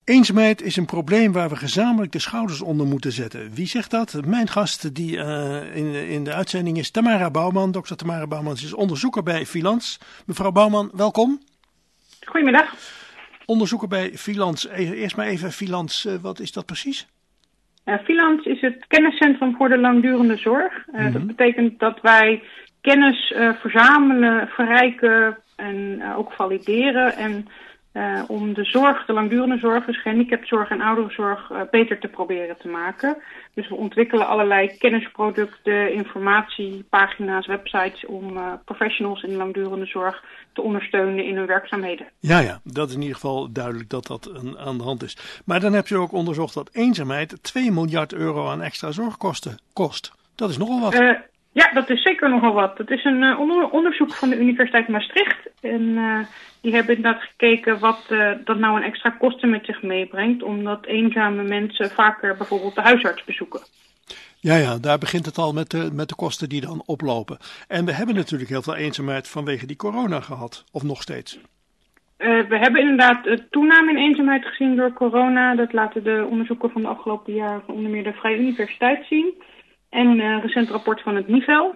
Eenzaamheid is een probleem waar we gezamenlijk de schouders onder moeten zetten. Wie zegt dat? Mijn gast die in de uitzending is Tamara Bouwman. Dr. Tamara Bouwman is onderzoeker bij Filans. Mevrouw Bouwman, welkom. Goedemiddag. Onderzoeker bij Filans. Eerst maar even Filans, wat is dat precies? Filans is het kenniscentrum voor de langdurende zorg. Dat betekent dat wij kennis verzamelen, verrijken en ook valideren. En om de langdurende zorg, dus gehandicaptenzorg en ouderenzorg, beter te proberen te maken. Dus we ontwikkelen allerlei kennisproducten, informatiepagina's, websites om professionals in de langdurende zorg te ondersteunen in hun werkzaamheden. Ja, dat is in ieder geval duidelijk dat dat aan de hand is. Maar dan heb je ook onderzocht dat eenzaamheid 2 miljard euro aan extra zorgkosten kost. Dat is nogal wat. Ja, dat is zeker nogal wat. Het is een onderzoek van de Universiteit Maastricht. En die hebben inderdaad gekeken wat dat nou een extra kosten met zich meebrengt. Omdat eenzame mensen vaker bijvoorbeeld de huisarts bezoeken. Ja, daar begint het al met de kosten die dan oplopen. En we hebben natuurlijk heel veel eenzaamheid vanwege die corona gehad. Of nog steeds? We hebben inderdaad toename in eenzaamheid gezien door corona. Dat laten de onderzoeken van de afgelopen jaren van onder meer de Vrije Universiteit zien. En een recent rapport van het NIVEL.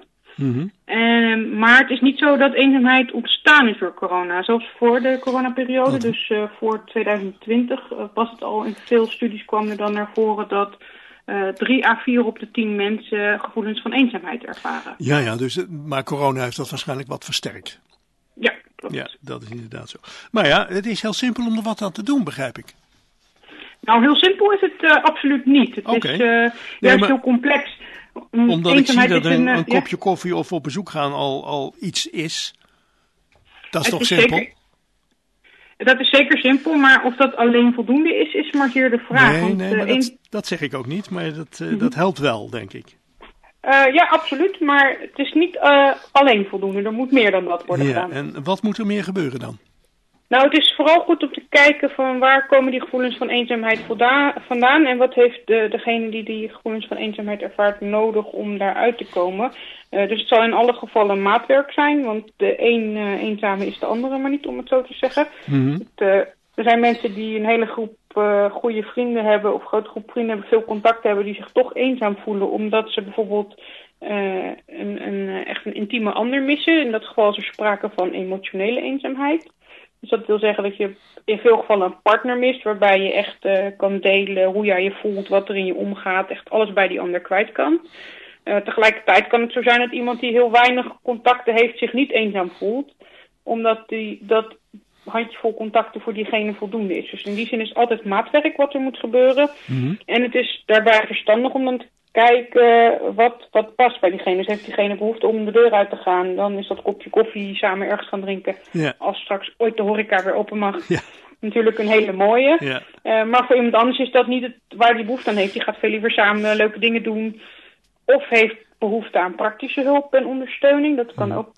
Maar het is niet zo dat eenzaamheid ontstaan is door corona. Zelfs voor de coronaperiode, dus voor 2020, was het al in veel studies kwam er dan naar voren dat 3 à 4 op de 10 mensen gevoelens van eenzaamheid ervaren. Ja, maar corona heeft dat waarschijnlijk wat versterkt. Ja, klopt. Ja, dat is inderdaad zo. Maar ja, het is heel simpel om er wat aan te doen, begrijp ik. Nou, heel simpel is het absoluut niet. Het is juist heel complex. Omdat ik zie dat een kopje koffie of op bezoek gaan al iets is. Dat is toch simpel? Dat is zeker simpel, maar of dat alleen voldoende is maar zeer de vraag. Nee, dat zeg ik ook niet, maar dat helpt wel, denk ik. Ja, absoluut, maar het is niet alleen voldoende. Er moet meer dan dat worden gedaan. En wat moet er meer gebeuren dan? Nou, het is vooral goed om te kijken van waar komen die gevoelens van eenzaamheid vandaan en wat heeft degene die gevoelens van eenzaamheid ervaart nodig om daaruit te komen. Dus het zal in alle gevallen maatwerk zijn, want de een eenzame is de andere maar niet, om het zo te zeggen. Er zijn mensen die een hele groep goede vrienden hebben of een grote groep vrienden hebben, veel contact hebben, die zich toch eenzaam voelen omdat ze bijvoorbeeld echt een intieme ander missen. In dat geval is er sprake van emotionele eenzaamheid. Dus dat wil zeggen dat je in veel gevallen een partner mist, waarbij je echt kan delen hoe jij je voelt, wat er in je omgaat, echt alles bij die ander kwijt kan. Tegelijkertijd kan het zo zijn dat iemand die heel weinig contacten heeft zich niet eenzaam voelt, omdat dat handjevol contacten voor diegene voldoende is. Dus in die zin is altijd maatwerk wat er moet gebeuren. En het is daarbij verstandig om dan te kijken wat past bij diegene. Dus heeft diegene behoefte om de deur uit te gaan, dan is dat kopje koffie samen ergens gaan drinken. Ja. Als straks ooit de horeca weer open mag. Ja. Natuurlijk een hele mooie. Ja. Maar voor iemand anders is dat niet waar die behoefte aan heeft. Die gaat veel liever samen leuke dingen doen. Of heeft behoefte aan praktische hulp en ondersteuning. Dat kan ook...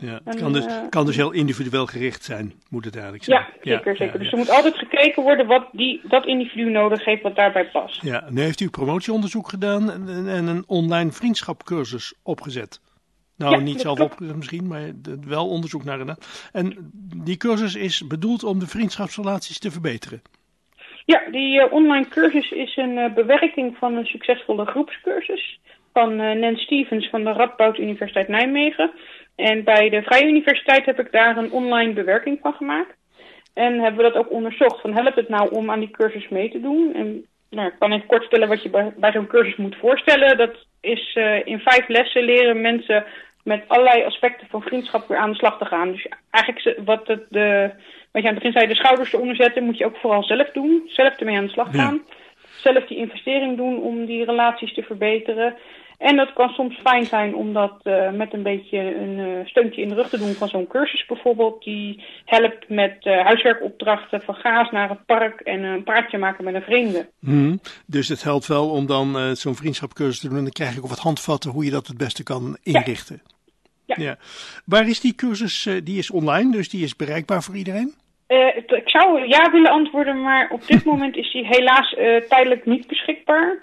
Het kan dus heel individueel gericht zijn, moet het eigenlijk zijn. Ja, zeker. Dus er moet altijd gekeken worden wat dat individu nodig heeft, wat daarbij past. Ja, nu heeft u promotieonderzoek gedaan en een online vriendschapcursus opgezet. Nou, niet zelf opgezet misschien, maar wel onderzoek naar gedaan. En die cursus is bedoeld om de vriendschapsrelaties te verbeteren. Ja, die online cursus is een bewerking van een succesvolle groepscursus van Nan Stevens van de Radboud Universiteit Nijmegen. En bij de Vrije Universiteit heb ik daar een online bewerking van gemaakt. En hebben we dat ook onderzocht. Van helpt het nou om aan die cursus mee te doen? En ik kan even kort stellen wat je bij zo'n cursus moet voorstellen. Dat is in 5 lessen leren mensen met allerlei aspecten van vriendschap weer aan de slag te gaan. Dus eigenlijk wat je aan het begin zei, de schouders eronder zetten, moet je ook vooral zelf doen. Zelf ermee aan de slag gaan. Ja. Zelf die investering doen om die relaties te verbeteren. En dat kan soms fijn zijn om dat met een beetje een steuntje in de rug te doen van zo'n cursus bijvoorbeeld. Die helpt met huiswerkopdrachten van ga eens naar het park en een praatje maken met een vreemde. Dus het helpt wel om dan zo'n vriendschapscursus te doen en dan krijg ik ook wat handvatten hoe je dat het beste kan inrichten. Ja. Waar is die cursus? Die is online, dus die is bereikbaar voor iedereen? Ik zou ja willen antwoorden, maar op dit moment is die helaas tijdelijk niet beschikbaar.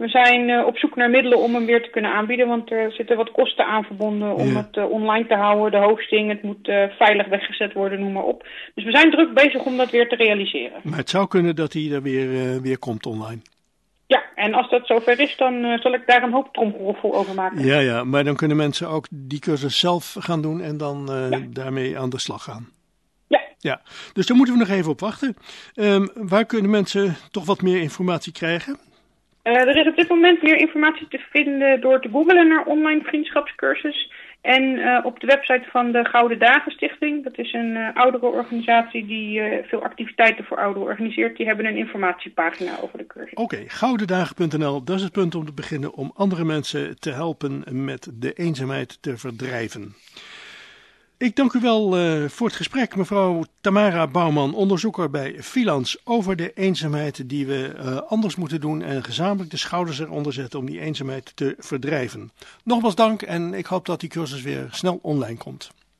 We zijn op zoek naar middelen om hem weer te kunnen aanbieden, want er zitten wat kosten aan verbonden om het online te houden, de hosting, het moet veilig weggezet worden, noem maar op. Dus we zijn druk bezig om dat weer te realiseren. Maar het zou kunnen dat hij er weer komt online. Ja, en als dat zover is, dan zal ik daar een hoop tromgeroffel over maken. Ja, maar dan kunnen mensen ook die cursus zelf gaan doen en dan daarmee aan de slag gaan. Ja, dus daar moeten we nog even op wachten. Waar kunnen mensen toch wat meer informatie krijgen? Er is op dit moment meer informatie te vinden door te googlen naar online vriendschapscursus. En op de website van de Gouden Dagen Stichting. Dat is een ouderenorganisatie die veel activiteiten voor ouderen organiseert. Die hebben een informatiepagina over de cursus. Oké, goudendagen.nl, dat is het punt om te beginnen om andere mensen te helpen met de eenzaamheid te verdrijven. Ik dank u wel voor het gesprek, mevrouw Tamara Bouwman, onderzoeker bij Filans, over de eenzaamheid die we anders moeten doen en gezamenlijk de schouders eronder zetten om die eenzaamheid te verdrijven. Nogmaals dank en ik hoop dat die cursus weer snel online komt.